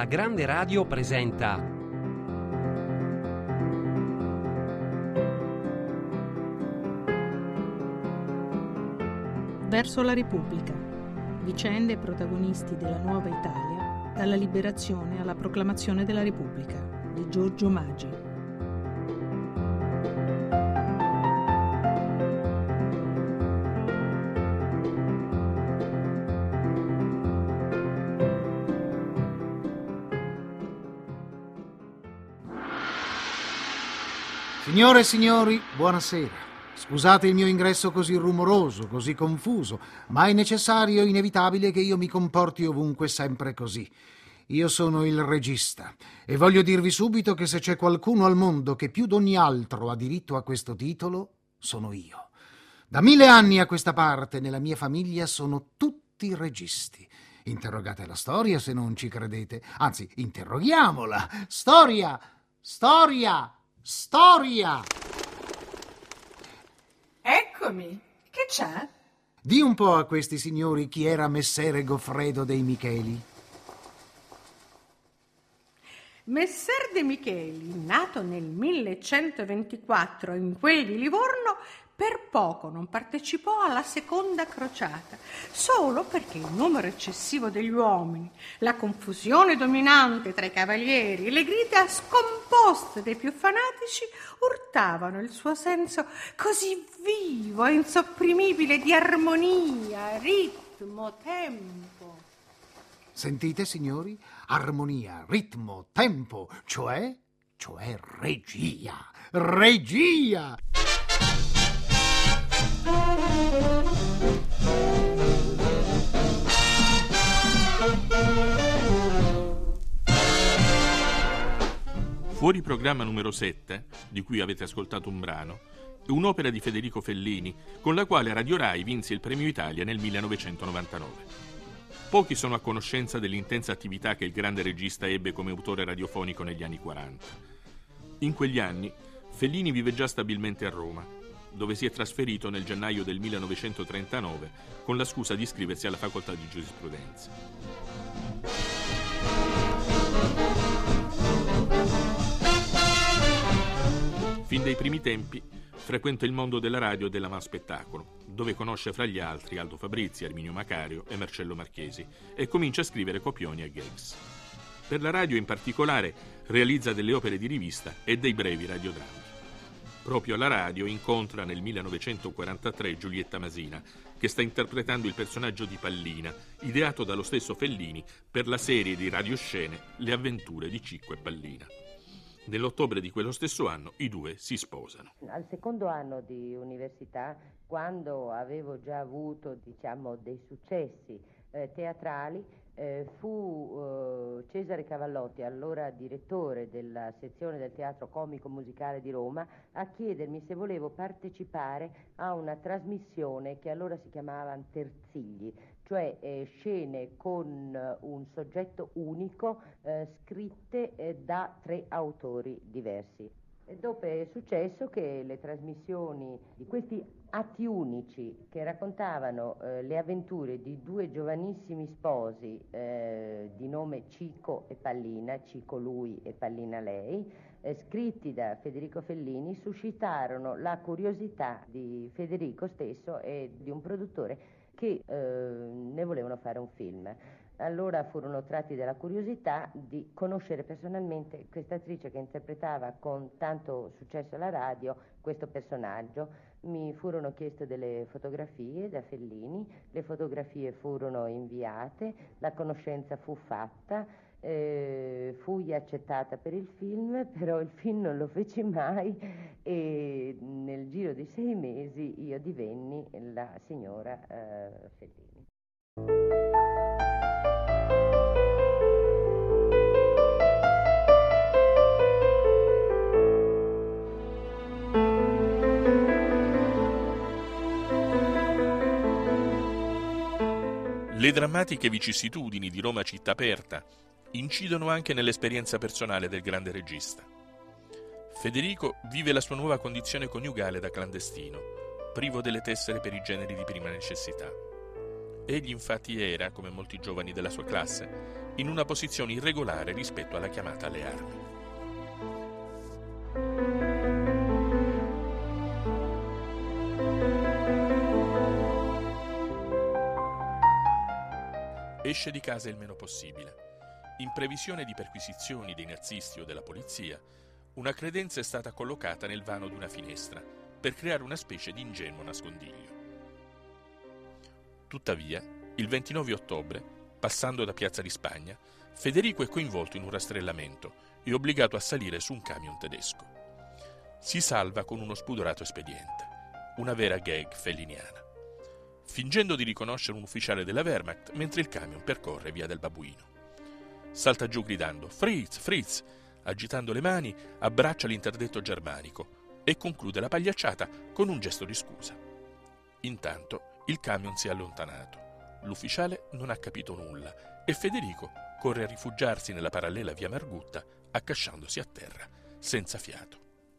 La Grande Radio presenta Verso la Repubblica. Vicende e protagonisti della nuova Italia, dalla liberazione alla proclamazione della Repubblica, di Giorgio Maggi. Signore e signori, buonasera. Scusate il mio ingresso così rumoroso, così confuso, ma è necessario e inevitabile che io mi comporti ovunque sempre così. Io sono il regista e voglio dirvi subito che se c'è qualcuno al mondo che più d'ogni altro ha diritto a questo titolo, sono io. Da 1000 anni a questa parte nella mia famiglia sono tutti registi. Interrogate la storia se non ci credete. Anzi, interroghiamola. Storia! Storia! Storia! Eccomi, che c'è? Di un po' a questi signori chi era Messere Goffredo dei Micheli. Messer De Micheli, nato nel 1124 in quel di Livorno, per poco non partecipò alla seconda crociata, solo perché il numero eccessivo degli uomini, la confusione dominante tra i cavalieri e le grida scomposte dei più fanatici urtavano il suo senso così vivo e insopprimibile di armonia, ritmo, tempo. Sentite, signori? Armonia, ritmo, tempo, cioè regia. Regia! Fuori programma numero 7, di cui avete ascoltato un brano, è un'opera di Federico Fellini, con la quale Radio Rai vinse il Premio Italia nel 1999. Pochi sono a conoscenza dell'intensa attività che il grande regista ebbe come autore radiofonico negli anni 40. In quegli anni, Fellini vive già stabilmente a Roma, dove si è trasferito nel gennaio del 1939 con la scusa di iscriversi alla facoltà di giurisprudenza. Fin dai primi tempi frequenta il mondo della radio e dell'avanspettacolo, dove conosce fra gli altri Aldo Fabrizi, Arminio Macario e Marcello Marchesi e comincia a scrivere copioni e gags. Per la radio in particolare realizza delle opere di rivista e dei brevi radiodrammi. Proprio alla radio incontra nel 1943 Giulietta Masina, che sta interpretando il personaggio di Pallina, ideato dallo stesso Fellini per la serie di radioscene Le avventure di Cicco e Pallina. Nell'ottobre di quello stesso anno i due si sposano. Al secondo anno di università, quando avevo già avuto, dei successi teatrali, fu Cesare Cavallotti, allora direttore della sezione del Teatro Comico Musicale di Roma, a chiedermi se volevo partecipare a una trasmissione che allora si chiamava Terzigli, cioè scene con un soggetto unico scritte da 3 autori diversi. E dopo è successo che le trasmissioni di questi atti unici che raccontavano le avventure di 2 giovanissimi sposi di nome Cico e Pallina, Cico lui e Pallina lei, scritti da Federico Fellini, suscitarono la curiosità di Federico stesso e di un produttore che ne volevano fare un film. Allora furono tratti dalla curiosità di conoscere personalmente questa attrice che interpretava con tanto successo alla radio questo personaggio. Mi furono chieste delle fotografie da Fellini, le fotografie furono inviate, la conoscenza fu fatta, fui accettata per il film, però il film non lo feci mai e nel giro di 6 mesi io divenni la signora Fellini. Le drammatiche vicissitudini di Roma città aperta incidono anche nell'esperienza personale del grande regista. Federico vive la sua nuova condizione coniugale da clandestino, privo delle tessere per i generi di prima necessità. Egli infatti era, come molti giovani della sua classe, in una posizione irregolare rispetto alla chiamata alle armi. Esce di casa il meno possibile. In previsione di perquisizioni dei nazisti o della polizia, una credenza è stata collocata nel vano di una finestra per creare una specie di ingenuo nascondiglio. Tuttavia, il 29 ottobre, passando da Piazza di Spagna, Federico è coinvolto in un rastrellamento e obbligato a salire su un camion tedesco. Si salva con uno spudorato espediente, una vera gag felliniana, fingendo di riconoscere un ufficiale della Wehrmacht mentre il camion percorre via del Babuino. Salta giù gridando «Fritz, Fritz!», agitando le mani, abbraccia l'interdetto germanico e conclude la pagliacciata con un gesto di scusa. Intanto il camion si è allontanato, l'ufficiale non ha capito nulla e Federico corre a rifugiarsi nella parallela via Margutta, accasciandosi a terra, senza fiato.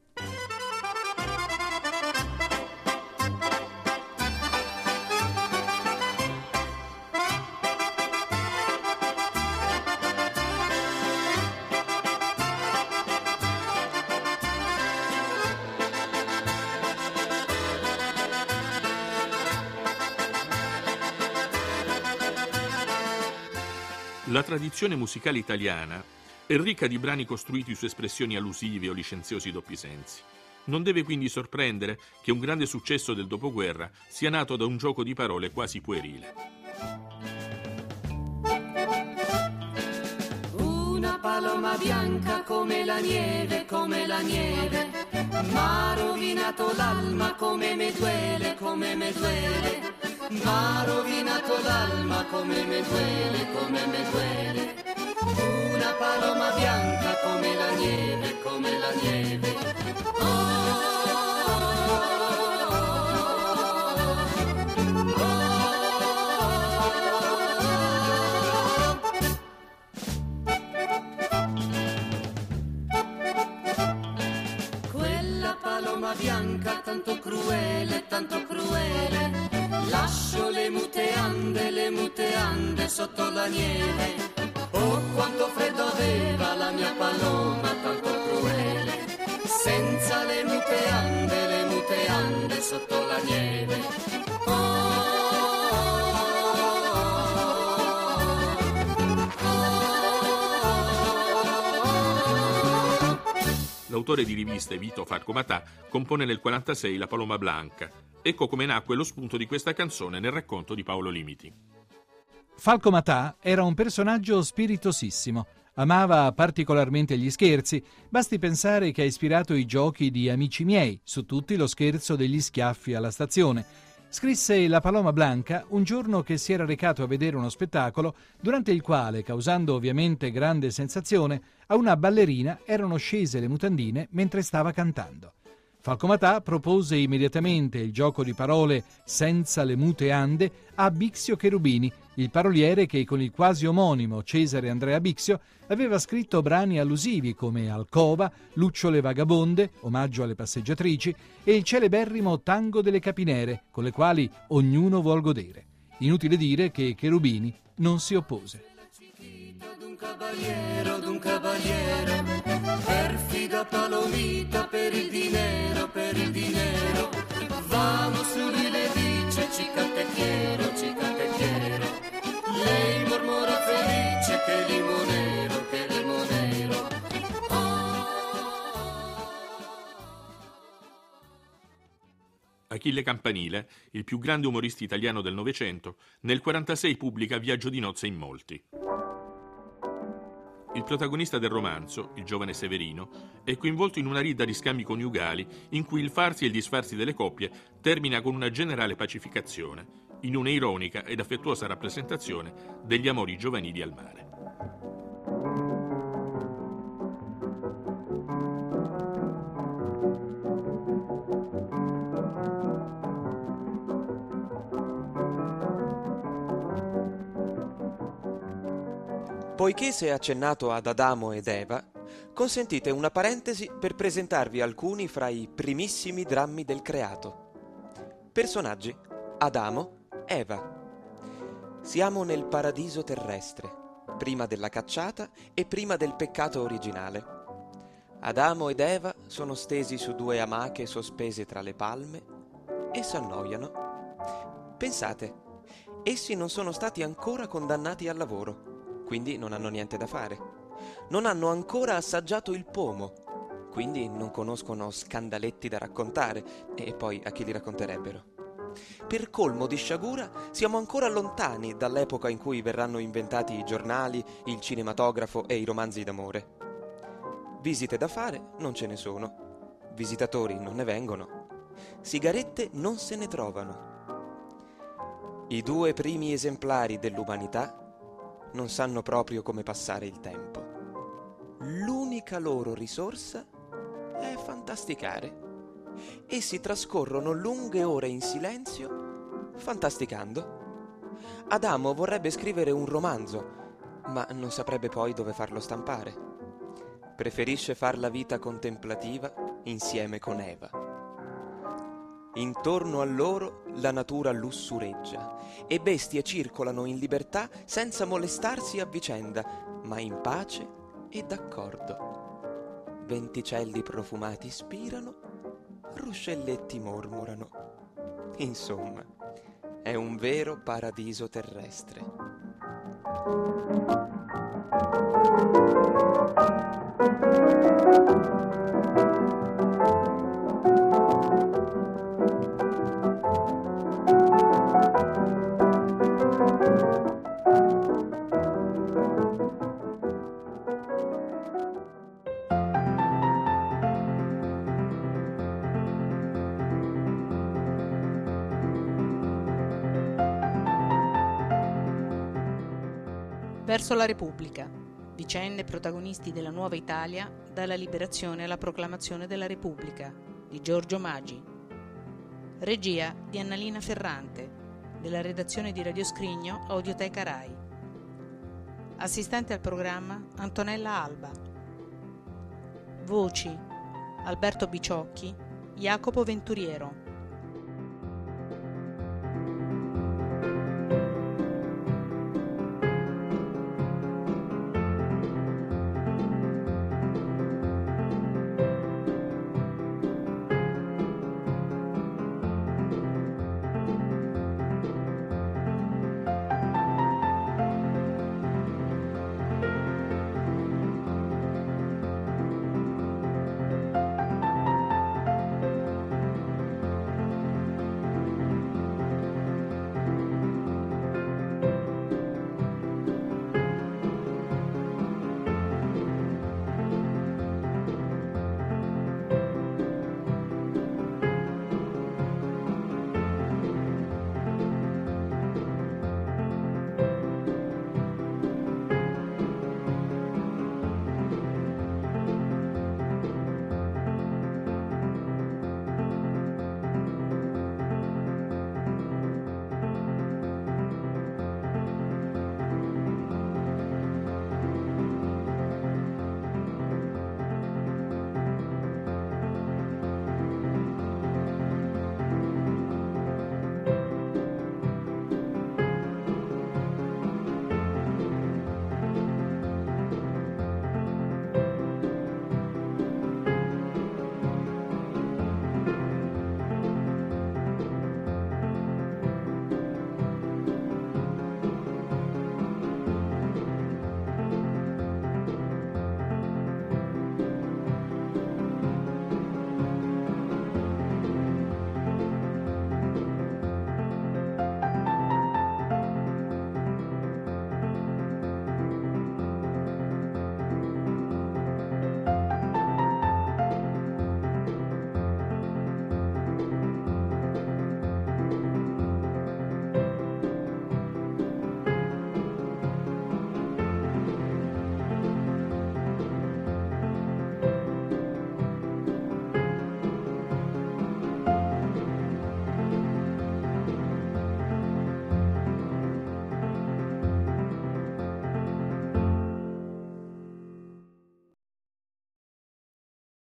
La tradizione musicale italiana è ricca di brani costruiti su espressioni allusive o licenziosi doppi sensi. Non deve quindi sorprendere che un grande successo del dopoguerra sia nato da un gioco di parole quasi puerile. Una paloma bianca come la neve, m'ha rovinato l'alma come me duele, m'ha rovinato l'alma come me duele. Una paloma bianca come la neve, Quella paloma bianca tanto cruele, lascio le muteande sotto la nieve. Oh, quanto freddo aveva la mia paloma, tanto cruele, senza le muteande sotto la nieve. L'autore di riviste Vito Falcomatà compone nel 1946 La Paloma Blanca. Ecco come nacque lo spunto di questa canzone nel racconto di Paolo Limiti. Falcomatà era un personaggio spiritosissimo. Amava particolarmente gli scherzi, basti pensare che ha ispirato i giochi di Amici miei, su tutti lo scherzo degli schiaffi alla stazione. Scrisse La Paloma Blanca un giorno che si era recato a vedere uno spettacolo durante il quale, causando ovviamente grande sensazione, a una ballerina erano scese le mutandine mentre stava cantando. Falcomatà propose immediatamente il gioco di parole senza le muteande a Bixio Cherubini, il paroliere che con il quasi omonimo Cesare Andrea Bixio aveva scritto brani allusivi come Alcova, Lucciole vagabonde, omaggio alle passeggiatrici, e il celeberrimo Tango delle capinere, con le quali ognuno vuol godere. Inutile dire che Cherubini non si oppose. D'un cavaliero, perfida palomita per il dinero, vamos, lui le dice, chica te quiero, lei mormora felice che limonero, Achille Campanile, il più grande umorista italiano del Novecento, nel 1946 pubblica Viaggio di nozze in molti. Il protagonista del romanzo, il giovane Severino, è coinvolto in una ridda di scambi coniugali in cui il farsi e il disfarsi delle coppie termina con una generale pacificazione, in una ironica ed affettuosa rappresentazione degli amori giovanili al mare. Poiché si è accennato ad Adamo ed Eva, consentite una parentesi per presentarvi alcuni fra i primissimi drammi del creato. Personaggi: Adamo, Eva. Siamo nel paradiso terrestre, prima della cacciata e prima del peccato originale. Adamo ed Eva sono stesi su 2 amache sospese tra le palme e s'annoiano. Pensate, essi non sono stati ancora condannati al lavoro, quindi non hanno niente da fare. Non hanno ancora assaggiato il pomo, quindi non conoscono scandaletti da raccontare, e poi a chi li racconterebbero. Per colmo di sciagura, siamo ancora lontani dall'epoca in cui verranno inventati i giornali, il cinematografo e i romanzi d'amore. Visite da fare non ce ne sono, visitatori non ne vengono, sigarette non se ne trovano. I 2 primi esemplari dell'umanità non sanno proprio come passare il tempo. L'unica loro risorsa è fantasticare. Essi trascorrono lunghe ore in silenzio, fantasticando. Adamo vorrebbe scrivere un romanzo, ma non saprebbe poi dove farlo stampare. Preferisce far la vita contemplativa insieme con Eva. Intorno a loro la natura lussureggia e bestie circolano in libertà senza molestarsi a vicenda, ma in pace e d'accordo. Venticelli profumati spirano, ruscelletti mormorano. Insomma, è un vero paradiso terrestre. Verso la Repubblica. Vicende e protagonisti della nuova Italia dalla liberazione alla proclamazione della Repubblica di Giorgio Magi. Regia di Annalina Ferrante, della redazione di Radio Scrigno, Audioteca Rai. Assistente al programma Antonella Alba. Voci: Alberto Biciocchi, Jacopo Venturiero.